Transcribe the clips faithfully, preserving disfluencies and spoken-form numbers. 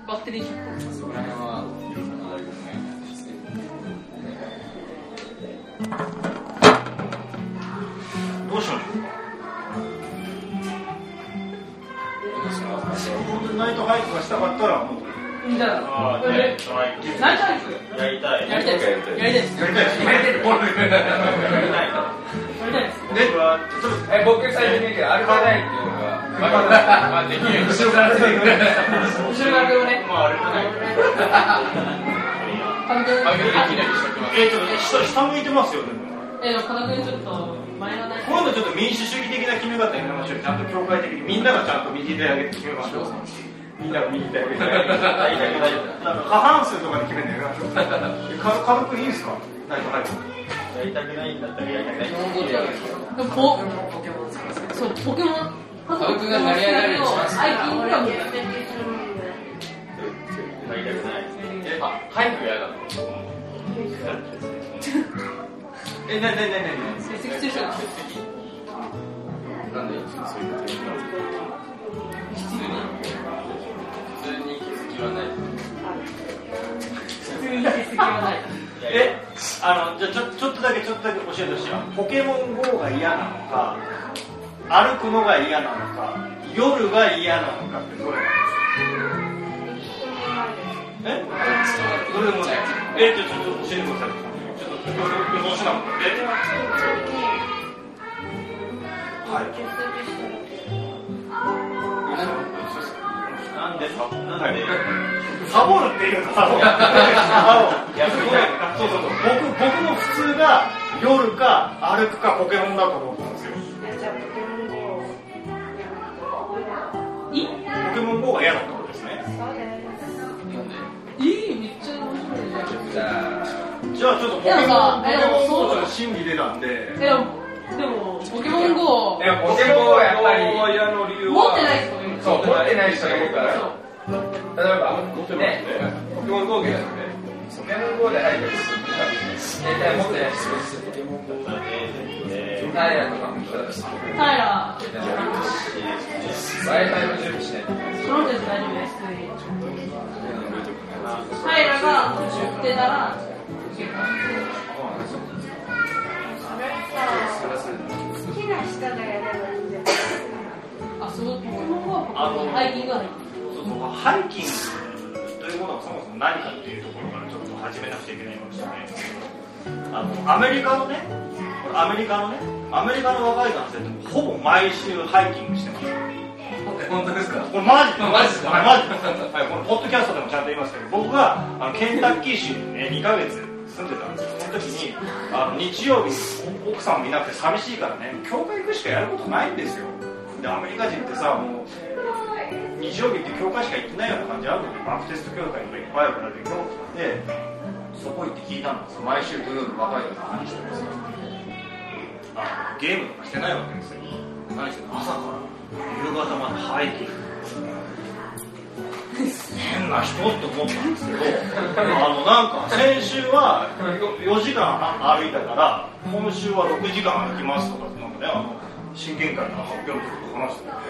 バッテリーひゃっぽん。 そこら辺はいろんな大学のですね。 どうしましょうか。本当にナイトハイクがしたかったらもう。 じゃあ、これでナイトハイクやりたい。 やりたいです。やりたいです。 やりたいです。やりたいです。やりたいです。で、 え、僕最初に言うけど、アルカナイっていうのが、まあ、できる。 後ろから出てくる。 後ろ側をね。 まあ、アルカナイ。 金君、 え、ちょっと下向いてますよ、でも。 え、でも金君ちょっと前がない。 今度ちょっと民主主義的な決め方やりましょう。ちゃんと教会的にみんながちゃんと右手上げて決めましょう。みんなが右手上げて。過半数とかで決めるのやりましょう。軽くいいですか？ないとないと。やりたくないんだったらやりたくない。 でもポケモンそう、ポケモン。 軽くが成り上がるようにします。 アイキングが見える。 やりたくない。 え、あ、早くやだ。 え、なになになになに成績中止なんでそういうこと言うの？普通に気づきはない。 普通に成績はない。 え、あの、じゃあちょ、ちょっとだけちょっとだけ教えてほしい。ポケモン ゴー が嫌なのか、歩くのが嫌なのか、夜が嫌なのかってどれなんですか？え？どれでもない。え、ちょっと教えてください。ちょっと予想しなかった。え？はい。なんでサボなんでサボるっていうかサボる。そうそうそう。僕僕も普通が夜か歩くかポケモンだと思ったんですよ。 じゃあポケモン ゴー。 いい？ ポケモン ゴー が嫌だったことですね。 そうです。 いい、めっちゃ面白いじゃん。 じゃあ、 じゃあちょっとポケモン ゴー の心理出たんで。 え、でもポケモン ゴー。 いや、ポケモンはやっぱり嫌の理由は持ってない人がいる。 そう、持ってない人がいるから。 そう。 例えば、ね、ポケモン ゴー じゃなくて、ポケモン ゴー で入ったりするから、携帯持ってない人です。ポケモン ゴー タイヤとかもそうだし、 タイラー。 携帯もあるし、Wi-Fi も準備しないといけない。 その程度大丈夫です。タイラが売ってたら、 好きな人がやればいいんじゃない？ あ、そのポケモン ゴー はハイキングが入ってる。 そうそうハイキングというものがそもそも何かっていうところからちょっと始めなくちゃいけないかもしれないですけど、あのアメリカのね、これアメリカのね、アメリカの若い男性ってほぼ毎週ハイキングしてます。 本当ですか？ これマジでマジですか？ はい、マジで、はい、このポッドキャストでもちゃんと言いますけど、僕があのケンタッキー州にねにかげつ住んでたんですよ。その時にあの日曜日奥さんもいなくて寂しいからね、教会行くしかやることないんですよ。でアメリカ人ってさ、もう日曜日って教会しか行ってないような感じあるので、バプテスト教会とかいっぱいあるからで、でそこ行って聞いたんですよ。毎週土曜日若い人何してるんですか？あゲームとかしてないわけですよ。何してるの？朝から夕方までハイキング。変な人って思ったんですけど、あのなんか先週はよじかん歩いたから今週はろくじかん歩きますとかってなんかね、あの真剣会の発表の時と話してて、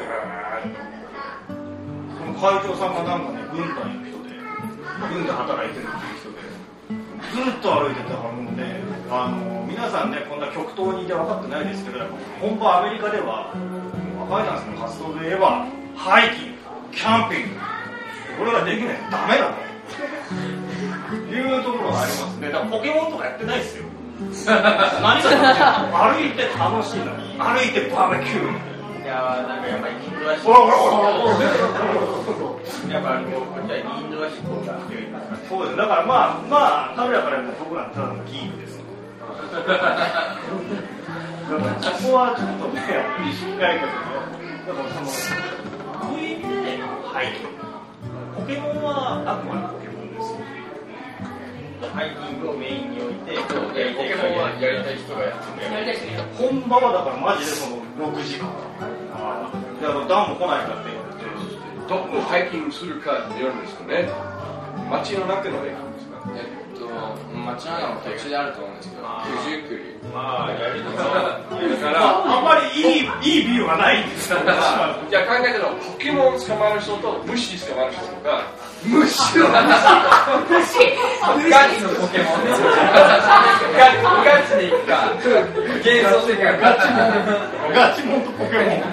その会長さんがなんかね軍隊の人で軍で働いてるっていう人でずっと歩いてたからもうね、あの皆さんねこんな極東にいて分かってないですけど、本場アメリカでは若い男性の活動で言えばハイキング、キャンピング、これができないとダメだというところがありますね。だからポケモンとかやってないですよ。何か歩いて楽しいの、歩いてバーベキュー。 いやー、なんかやっぱりインドアシほらほらほらほらやっぱりこっちはインドアシコが強いからね。 そうです。だからまあまあ彼らから言うと僕らのただのギークです。だからそこはちょっとねやっぱりしっかりとね。だからそのそういう意味でハイキング。ポケモンはあくまでポケモンです。 ハイキングをメインに置いて、ポケモンはやりたい人がやってやりたい人いる。 本場はだからマジでそのろくじかん。ああ。であのダンも来ないかって言って。 どこをハイキングするかによるんですよね。街の中のハイキングですか？ えっと、 の街の中の途中であると思うんですけど、九十九里。 まあやりとかだからあんまりいいいいビューがないんですよ。 じゃあ考えたらポケモン捕まる人と虫捕まる人とか。 虫を虫ガチのポケモンですよ。ガチでいくか幻想的なガチモンガチモンとポケモン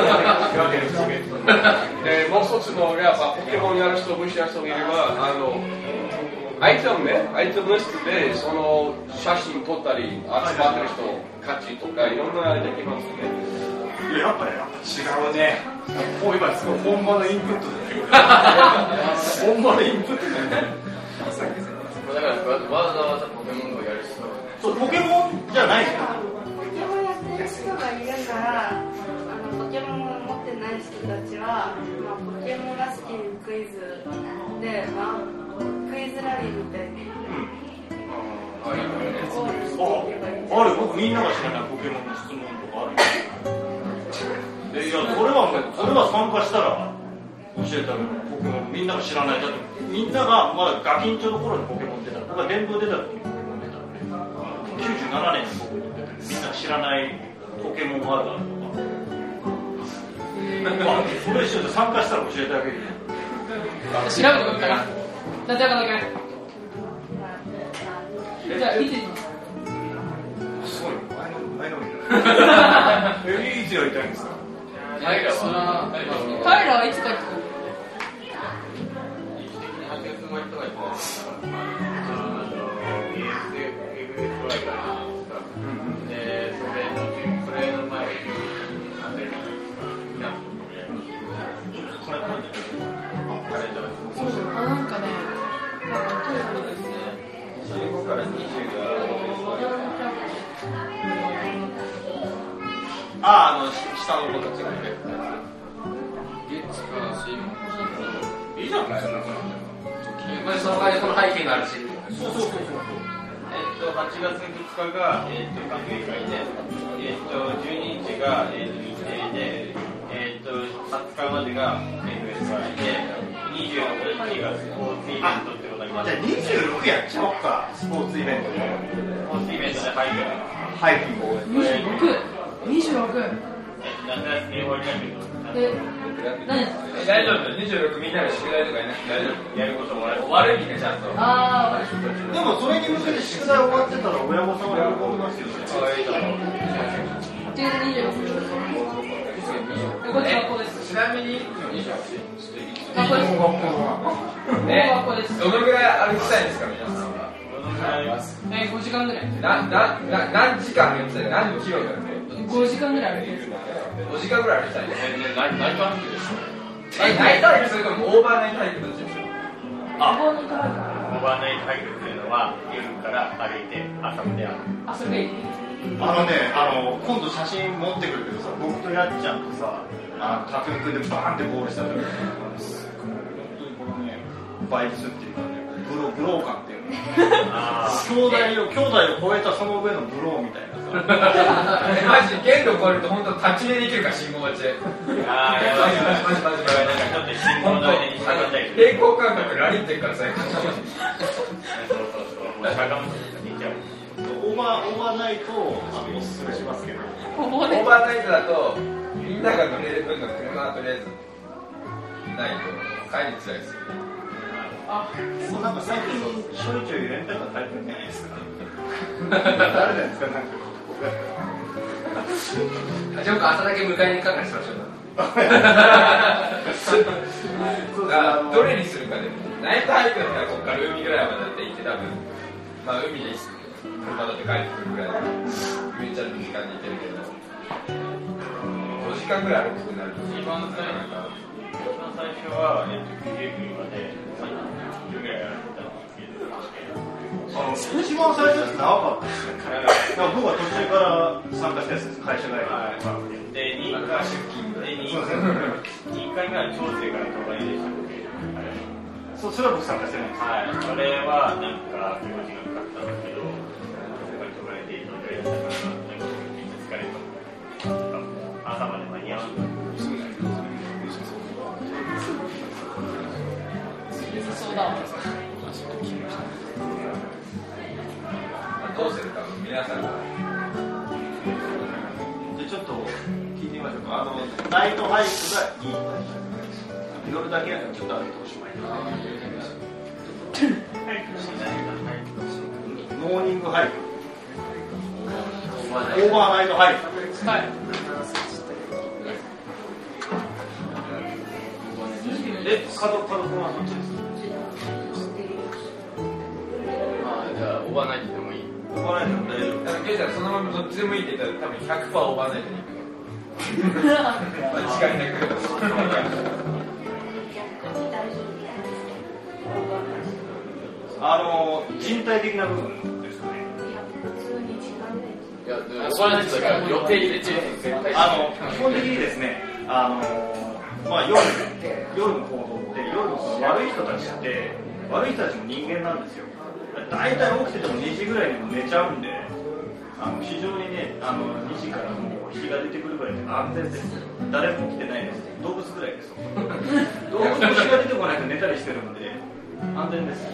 でもう一つのやっぱポケモンやる人虫やる人もいればあのアイテムねアイテムリストでその写真撮ったり集まってる人勝ちとかいろんなあれできますね。 いややっぱねやっぱ違うね。こう今すごい本場のインプットで本場のインプットでだからわざわざポケモンをやる人そうポケモンじゃないじゃん。 ポケモンやってる人がいるなら、あのポケモンを持ってない人たちは、まあ、ポケモンらしきクイズで、まあ、クイズラリーみたいに、ゴールしていけばいい。 ある僕みんなが知らないポケモンの質問とかある。いやそれはそれは参加したら教えてあげる。ポケモンみんなが知らない。だってみんながまだガキンチョの頃にポケモン出た。僕は電動出た時にポケモン出たので、きゅうじゅうななねんにポケモン出てみんなが知らないポケモンがあるだろうとか。まあそれ一緒で参加したら教えてあげる。 調べてもいいかな。なんてやかだけ。じゃあいつすごい前の前のえいつやりたいんですか。 タイラはタイラはいつ帰ってくる？ はちがつ生まれとか言ってます。で、それのそれの前にあ、なんかね、 じゅうごからにじゅうがああ、あの下の子たちがね。 月火水木いいじゃん。 まあその場合この背景があるし。 そうそうそうそう。 えっとはちがつふつかがえっと学芸会で、えっとじゅうににちがえっと日程で、えっとはつかまでが エヌエスアイ で、にじゅうろくにちがスポーツイベントってことになります。 じゃあにじゅうろくやっちゃおうか。スポーツイベントで。 スポーツイベントでハイキング。 ハイキング。 にじゅうろく、にじゅうろく。 夏休み終わりだけど。 え、何？ 大丈夫。にじゅうろくみんなで宿題とかやなくて大丈夫。 やることもある。 悪いみたいちゃんと。 あでもそれに向けて宿題終わってたら親御さんは喜びますよね。 あ、じゅうにじゅうろく。こっち学校です。 ちなみににじゅうはち。 学校です。 ね、 学校です。 どのぐらい歩きたいんですか皆さんは。 え、ごじかんぐらい。 ななな何時間歩きたい？何キロだよね。 ごじかんぐらい歩きます。 ごじかんぐらい歩きたいです。 ナイトハイキングですか？ え、ナイトハイキングそれともオーバーナイトハイキングどっちですか？ あ、オーバーナイトハイオーバーナイトハイキングというのは夜から歩いて朝まで歩く。 あ、それがいい。 あのね、あの今度写真持ってくるけどさ、僕とやっちゃんとさ、あのタクン君でバーンってゴールした時に、本当にこのね、バイブスっていうかね、ブロブロー感っていうの。兄弟を兄弟を超えたその上のブローみたいなさ。 え、マジ限度超えると本当立ち寝できるから信号待ちで。 ああ、やばいマジマジマジ。なんかちょっと信号の間にしゃがんだり。 平行感覚ラリってるからさ。 そうそうそう。もうしゃがむと寝ちゃう。 オーバーオーバーナイトをあのおすすめしますけど。 オーバオーバーナイトだとみんなが乗れる分の車はとりあえずないと帰りづらいですよ。 あ、 そうなんか最近ちょいちょいレンタカータイプじゃないですか。誰ですかなんか。 じゃあ僕朝だけ迎えに行くからしましょう。あ、どれにするかでナイトハイクだったらここから海ぐらいまでだって行って多分まあ海で車だって帰ってくるぐらいめっちゃの時間に行けるけどごじかんぐらい歩くなると一番最初一番最初は、えっと、きゅうじゅうきゅうまでさんじゅうぐらい歩いたんですけどあの一番最初です長かったですね。僕は途中から参加したやつです。会社帰り。 で、にかい出勤でにかいぐらい長生から東大でしたので、 そう、それは僕参加してないんです。 はい、それはなんかすごい時間かかったんですけど、それから東大で東大でしたから、なんかめっちゃ疲れた。朝まで間に合わない。 そうだわ。 さんが。 じゃあちょっと聞いてみましょうか。あのナイトハイクがいい。夜だけやったらちょっとあるとおしまい。モーニングハイク。オーバーナイトハイク。 はい。 え、角角君はどっちですか？ まあじゃあオーバーナイトでもいい。 オーバーナイトも大丈夫。 だからケイちゃんそのままどっちでもいいって言ったら多分ひゃくパーセントオーバーナイトに行くよ。間違いなく。 あの人体的な部分ですかね。 いや、オーバーナイトだから予定入れちゃう。 あの基本的にですね、あのまあ夜夜の行動って夜のその悪い人たちって悪い人たちも人間なんですよ。大体起きててもにじぐらいにも寝ちゃうんで、あの非常にねあのにじからもう日が出てくるぐらいで安全です。誰も起きてないです。動物ぐらいです。動物も日が出てこないと寝たりしてるので安全です。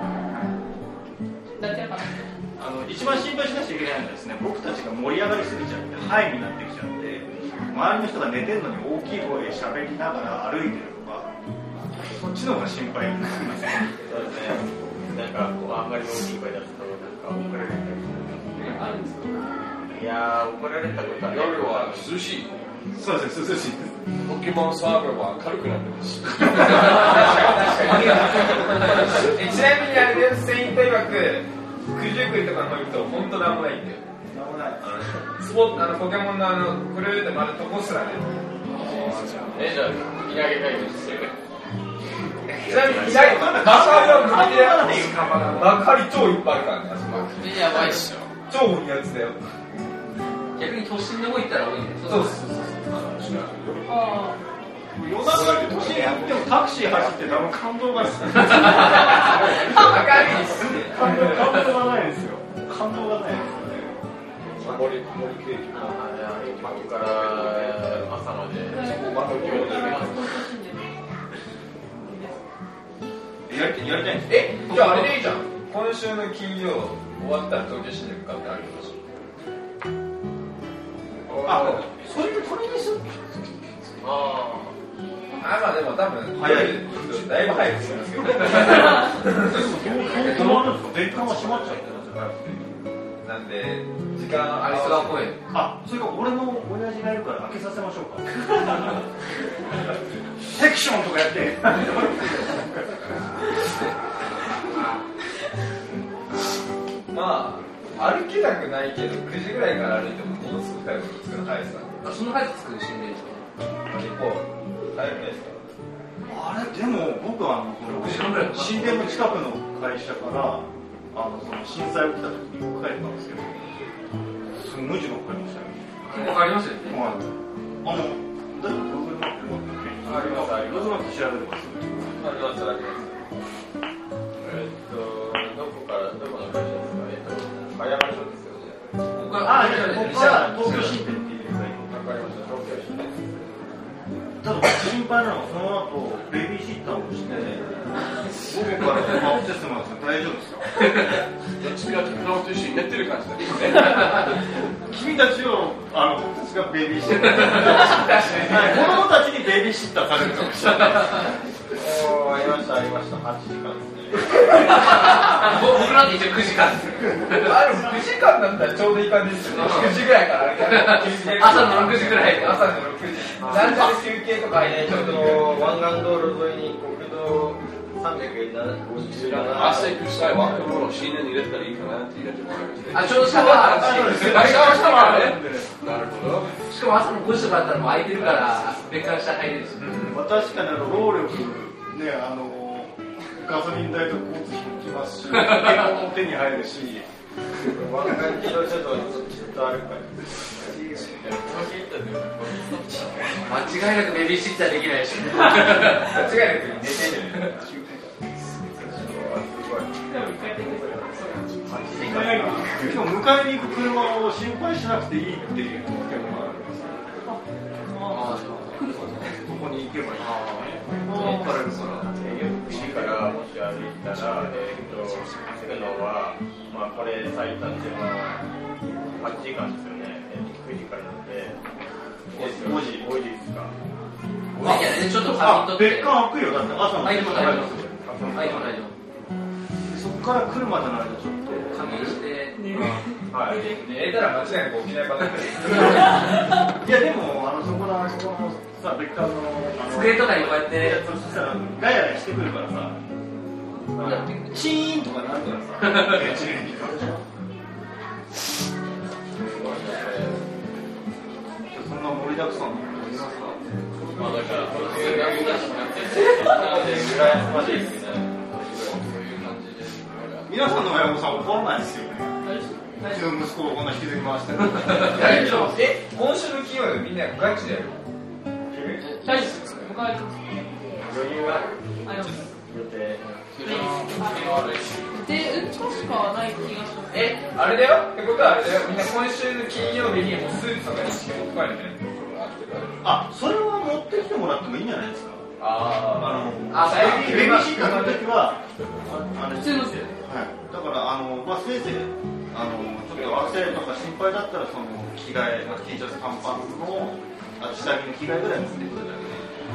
だってやっぱあの一番心配しなきゃいけないのはですね、僕たちが盛り上がりすぎちゃってハイになってきちゃって、周りの人が寝てるのに大きい声で喋りながら歩いてるとか、そっちの方が心配になりますね。 そうですね。なんかこうあんまり大きい声出すとなんか怒られたりする。 あるんですか？ いやー怒られたことはない。 夜は涼しい。 そうですね、涼しい。 ポケモンサーバーは軽くなってます。 えちなみにあれでセイント曰く九十九里とかの行くと本当なんもないんだよ。 なんもない。 スポットあのポケモンのあのくるーって回るとこすらね。 えじゃあ稲毛会議してる。 ちなみに意外と幕張は無敵だよ。幕張超いっぱいあるからね。あそこやばいっしょ。 超鬼やつだよ。 逆に都心の方行ったら多いんです。 そうそうそう。 あ夜中に都心行ってもタクシー走ってたの感動がない。 明るいですね。 感動感動がないですよ。感動がないですよね。 森森ケーキ。 ここから朝まで。 やりたいやりたいんです。 えじゃああれでいいじゃん。今週の金曜終わったら東京新宿買ってあるでしょ。 あ、それそれにする。 ああまあでも多分早いだいぶ早くしますけど。 止まるんですか。電気管は閉まっちゃってなんで時間ありそうだ声。 あ、それか俺の親父がいるから開けさせましょうか。セクションとかやって。 まあ歩きたくないけどくじぐらいから歩いてもものすごく早く着くの早さ。 あそんな早く着く新聞結構早くないですか。 あれでも僕はあのろくじかんぐらいかかる。 神殿の近くの会社からあのその震災起きた時に帰ったんですけど、すぐ無事のかかりましたよ。 結構ありますよね。 はい。あのだってグーグルマップ持ってね。 ありますありますグーグルマップ調べればすぐ。 ありますあります。 えっとどこからどこの会社ですか。えっと早山署ですよね。 ここからあ、じゃあここから東京新店っていうか。 わかりました。東京新ね。 ただ心配なのはその後ベビーシッターをして午後からマウントしてもらうんですよ。大丈夫ですか。 どっちかというとと一緒に寝てる感じだけどね。 君たちをあの僕たちがベビーシッターはい子供たちにベビーシッターされるかもしれない。 おーありましたありましたはちじかんですね。 僕なんて一応くじかんです。あでもくじかんだったらちょうどいい感じですよね。くじぐらいから歩ける。朝のろくじぐらい。朝のろくじ。なんか休憩とか入れちょっと湾岸道路沿いに国道さんびゃくごじゅうなな朝行く際は若者を新年に入れたらいいかなって言われてもらいました。 あ、ちょうど下があるし、 あ、下下もあるね。なるほど。 しかも朝のごじとかだったらもう空いてるから別から下入れるし、 まあ、確かにあの労力ね、あのガソリン代と交通費もきますし、結婚も手に入るし、 湾岸道路ちょっとずっと歩くから間違いなくベビーシッターできないし間違いなく寝てる。 今日迎えに行く車を心配しなくていいっていうポケモンがあるんですよ。ここに行けばいい。 行かれるからくじからもし歩いたら、えー、と着くのは、まあ、これ最短でもはちじかんですよね。くじからなんで。 ごじ。 ごじですか。 あ、ちょっとあ、 仮に別館開くよ。だって朝の開いても大丈夫。 夫。 開いても大丈そこから来るまでの間ちょっと。 夫。仮眠して。 はい。 寝たら間違いなく起きないパターンです。 いやでもあのそこのそこのさ別館の机とかにこうやってそしたらガヤガヤしてくるからさ、チーンとかなるからさ、そんな盛りだくさんのありますか？ まあだからこういう夏だしなので浦安まで行くみたいな。 皆さんの親御さん怒らないですよね。うちの息子をこんな引きずり回してる。 大丈夫。え、今週の金曜日みんなガチでやる？ 大丈夫です。僕は余裕があります。 予定。 で、うんこしかない気がします。 え、あれだよってことはあれだよ。みんな今週の金曜日にもうスーツとかにして持って帰るみたいな。 あ、それは持ってきてもらってもいいんじゃないですか。 ああの、 あ、最近ベビーシッターの時はあの普通のですよ。 はい。だからあのまあせいぜいあのちょっと汗とか心配だったらその着替え、T シャツ短パンのあと下着の着替えぐらい持ってくるだけ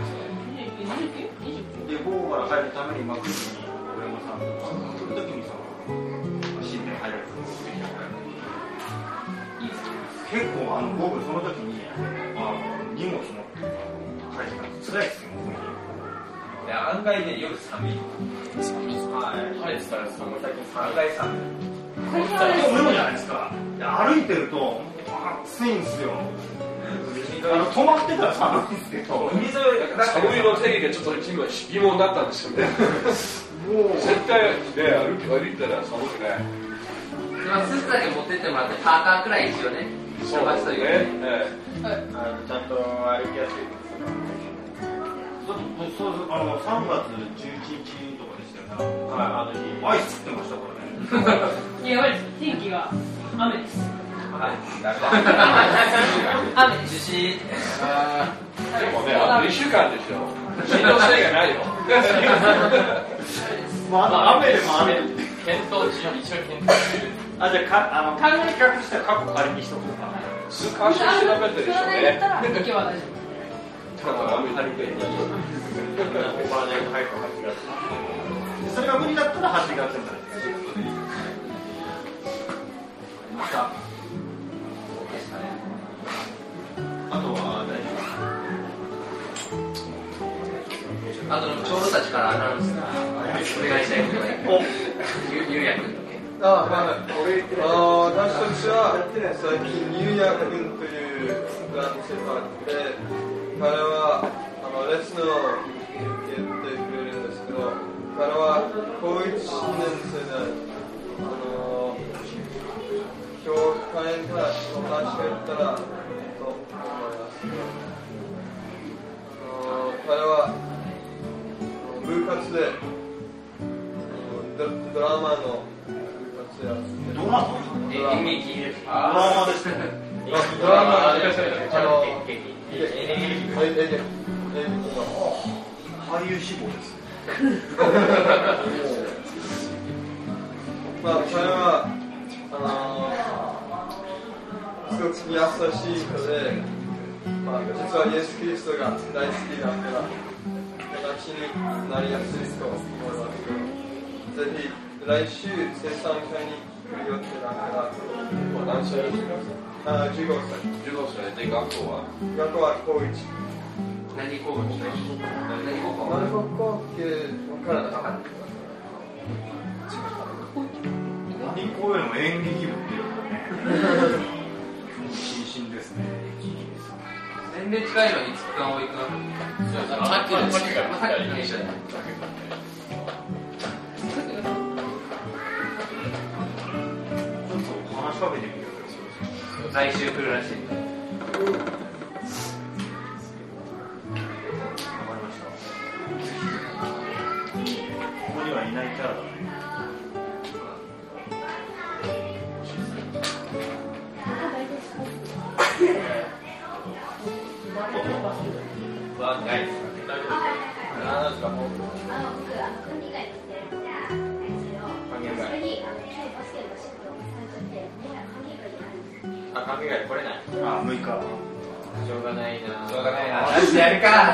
で。で午後から入るためにまあくじに親御さんとか来るときにその新年早く持ってきてもらえる。いいですね。結構あの僕その時にあの荷物持って帰ってたんです。辛いですよ。 いや案外ね夜寒い。 はい。晴れてたらその最近案外寒い。 でもじゃないですか。歩いてると暑いんですよ。あの止まってたら寒いんですけど。 海沿いなんか寒いの定義がちょっと今疑問だったんですよね。もう絶対ね歩き歩いたら寒くない。 今スーツだけ持ってってもらってパーカーくらい一応ね。 そうですね。 はい。 あのちゃんと歩きやすいです。 そうそうあのさんがつじゅういちにちとかでしたよね。 はい、あの日アイス降ってましたからね。 いや、やばいです。天気が雨です。 はい。ダメだ。 雨です。 地震。 あーでもね、あといっしゅうかんでしょ。振動性がないよ。 まあ、あの雨でも雨で。 検討中、一応検討中。 あ、じゃあか、あの、考え企画したら過去仮にしとこうか。 数回調べてるでしょ降らないんだったらね。 行けば大丈夫。 ただ雨降ってるでしょ。 まあね、早くはちがつ。 それが無理だったらはちがつになる。また。あとは大丈夫。 あと長老たちからアナウンスがお願いしたいことがいい。ゆゆうやくんとけ。 あ、はい。あ、私たちは最近ゆうやくんという男性があって、彼はあのレッスンをやってくれるんですけど、彼は高いちねん生で、あの教会から友達がいたらと思います。彼は部活でド, ドラマの部活やってドラマ演劇です。 ドラマですね。 ドラマであの演劇。 演劇俳優志望ですね。 まあ彼はあのすごく優しい人で、まあ、実はイエス・キリストが大好きだから形になりやすいと思いますけど、ぜひ来週生産会に来る予定だから何歳ですか？ あじゅうごさい。 じゅうごさいで学校は学校は高一。 何高校？何高校？ 何学校って分からなかった。 何公園の演劇部っていうね。新進ですね。 全然近いのにつくかんおいくん。さっきのさっきの一緒だよ。 ちょっと話しかけてみようよ。 来週来るらしい。 ここにはいないキャラだね。 はないですかね。大丈夫ですか。何ですか。 あの僕あの管理会のしてるからそれをそれにあのバスケの仕事をされちゃってみんな管理会に入るんです。 赤身が来れない。 あ、むいか。 しょうがないな。 しょうがないな。マジでやるか。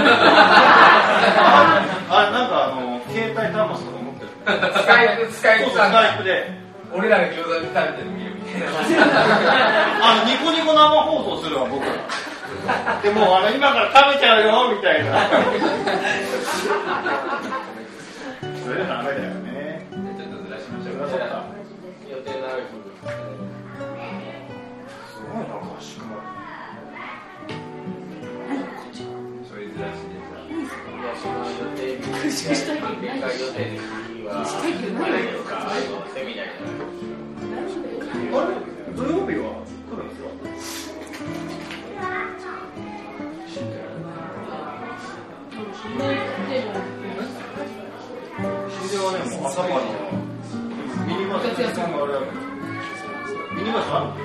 あ、なんかあの携帯端末とか持ってる。 スカイプスカイプスカイプで。 俺らが餃子で食べてるの見るみたいな。 あのニコニコ生放送するわ僕ら。でもあの今から食べちゃうよみたいな。それダメだよね。 ちょっとずらしましょう。 予定のある日。 すごいな合宿も。 それずらしてその予定日、面会予定の日は、あれとか、セミナーになる。 あれ土曜日は来るんですよ。新庄はね、もう朝からミニバスの時間があるわけ。ミニバスあるの？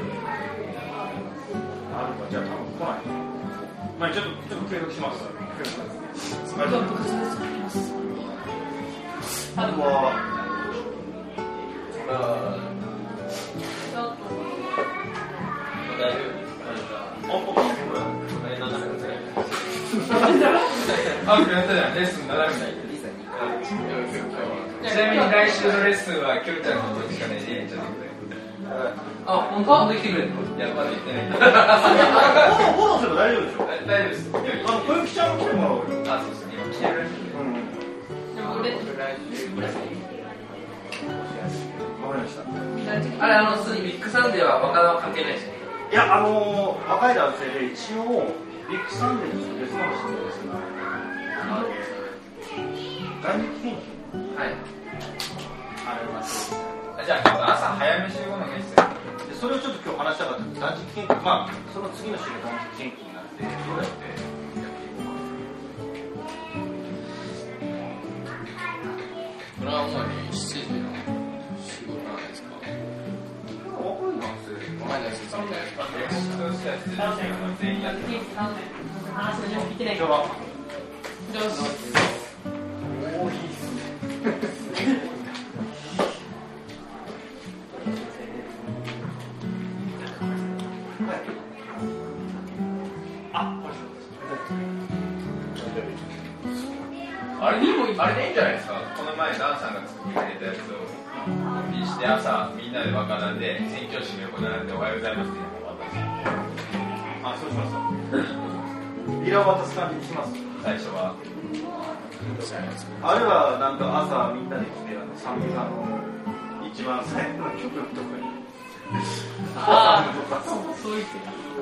あるか、じゃあ多分来ない。まあちょっと、ちょっと計画します。あとは、 大丈夫ですか？ あんぽかあ、くれたじゃん。レッスンななみたい。ちなみに来週のレッスンはきょうちゃんの時しかねえ。ちょっとくれ。あ、本当？本当に来てくれるの？いや、まだ言ってない。 フォローすれば大丈夫でしょ？ 大丈夫です。 あの、小雪ちゃんの声もらおうよ。 あ、そうです。今来てるらしい。 でも俺わかりました。 あれ、あの、ビッグサンデーは若田は関係ないですよね。 いや、あのー、若い男性で一応、ビッグサンデーとして別の話なんですけど、外日研究。 はい。 あります。じゃあ、今日朝早め集合の決戦。 でそれをちょっと今日話したかったんです。断食研究、まあ、その次の週が断食研究になって、どうやってやっていこうか。 これは主にしちじの仕事なんですか？ 若い男性。 若い男性みたいな。 全員やってます。 話の準備できてない。 今日は。 よし。 おー、いいっすね。 あれでいいあれでいいんじゃないですか。この前ダンさんが作ってくれたやつをコピーして朝みんなで分からんで宣教師の横並んでおはようございますっていうのを渡す。 あ、そうします。ビラを渡す感じにします。 最初は。 あれはなんか朝みんなで来てあのサンあの一番最後の曲のとこに。 ああ、そうそういう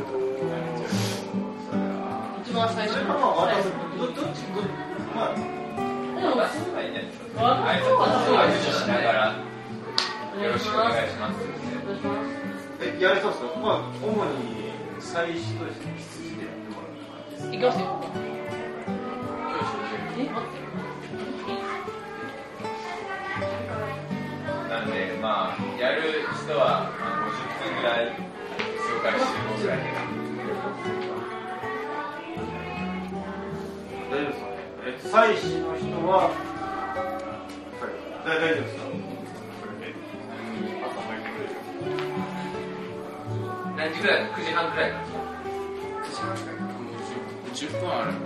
一番最初の。まあどどっちどまあ。 でも、 渡すのがいいんじゃないですか。挨拶しながらよろしくお願いします。 え、やりそうですか。まあ主に祭司として羊でやってもらう感じです。 行きますよ。え、待って。 なんでまあやる人はまあごじゅっぷんぐらい数回集合ぐらいで。 大丈夫ですかね。え、祭司の人は大丈夫ですか。 何時くらい？くじはんくらい。 くじはんくらい。じゅっぷんあれば。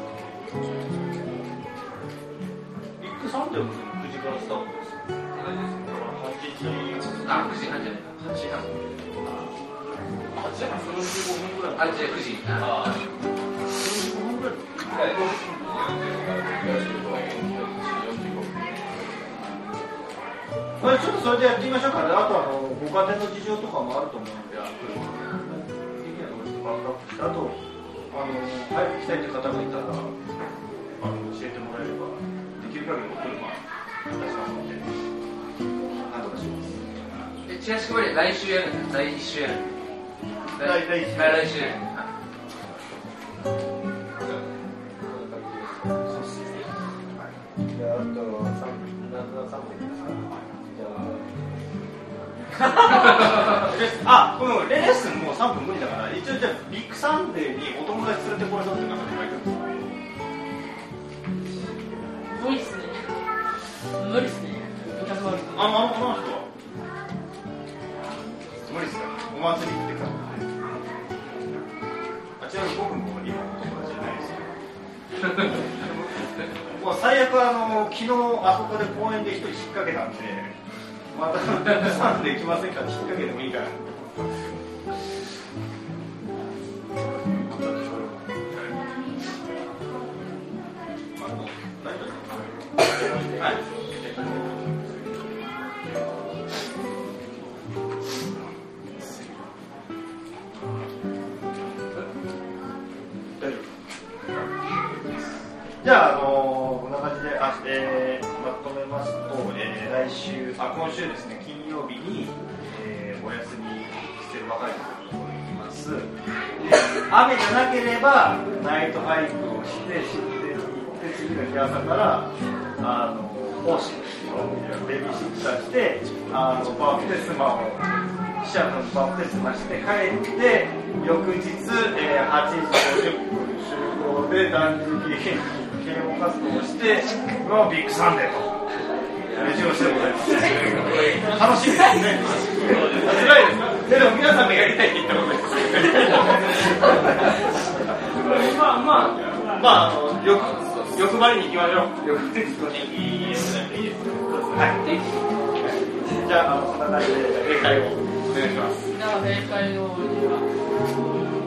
ビッグサンデーもくじからスタートです。 あ、くじはんじゃない。はちじはん。 はちじはん、そのじゅうごふんぐらい。 あ、じゃあくじ。ああ。 じゅうごふんぐらい。まあちょっとそれでやってみましょうかね。あとあのご家庭の事情とかもあると思うので、あとあとあの早く来たいという方がいたらあの教えてもらえればできる限りお車出しますので、なんとかします。 え、チラシ配り来週やるんですか？来週やる。 来来週。 来週やる。 じゃあ、あとさんぶん、さんぶんですか。 あ、ごめんごめん、レッスンもうさんぷん無理だから、一応じゃあビッグサンデーにお友達連れてこれそうっていう方がいるんですか。 無理っすね。無理っすね。 あの、あの、この人は無理っすか。お祭りってか。 もう最悪あの昨日あそこで公園で一人引っ掛けたんで、またさんで行きませんかって引っ掛けてもいいから。はい。じゃあ、あのー、こんな感じで、あえー、まとめますと、えー、来週、あ、今週ですね、金曜日に、えー、お休みしてる若い子に行きます。雨じゃなければ、ナイトハイクをして、新店に行って、次の日朝から、あの、講師のベビーシッターして、あの、バプテスマを、記者のバプテスマして帰って、翌日、えー、はちじごじゅっぷん集合で断食検温活動をしてのビッグサンデーという事をしてございます。楽しみですね。辛いですか？でも皆さんがやりたいって言ったことです。まあまあまあ、あのよく欲張りに行きましょう。欲張りに行きましょう。いいですね。いいですね。はい。じゃあ、あのそんな感じで例会をお願いします。 じゃあ例会の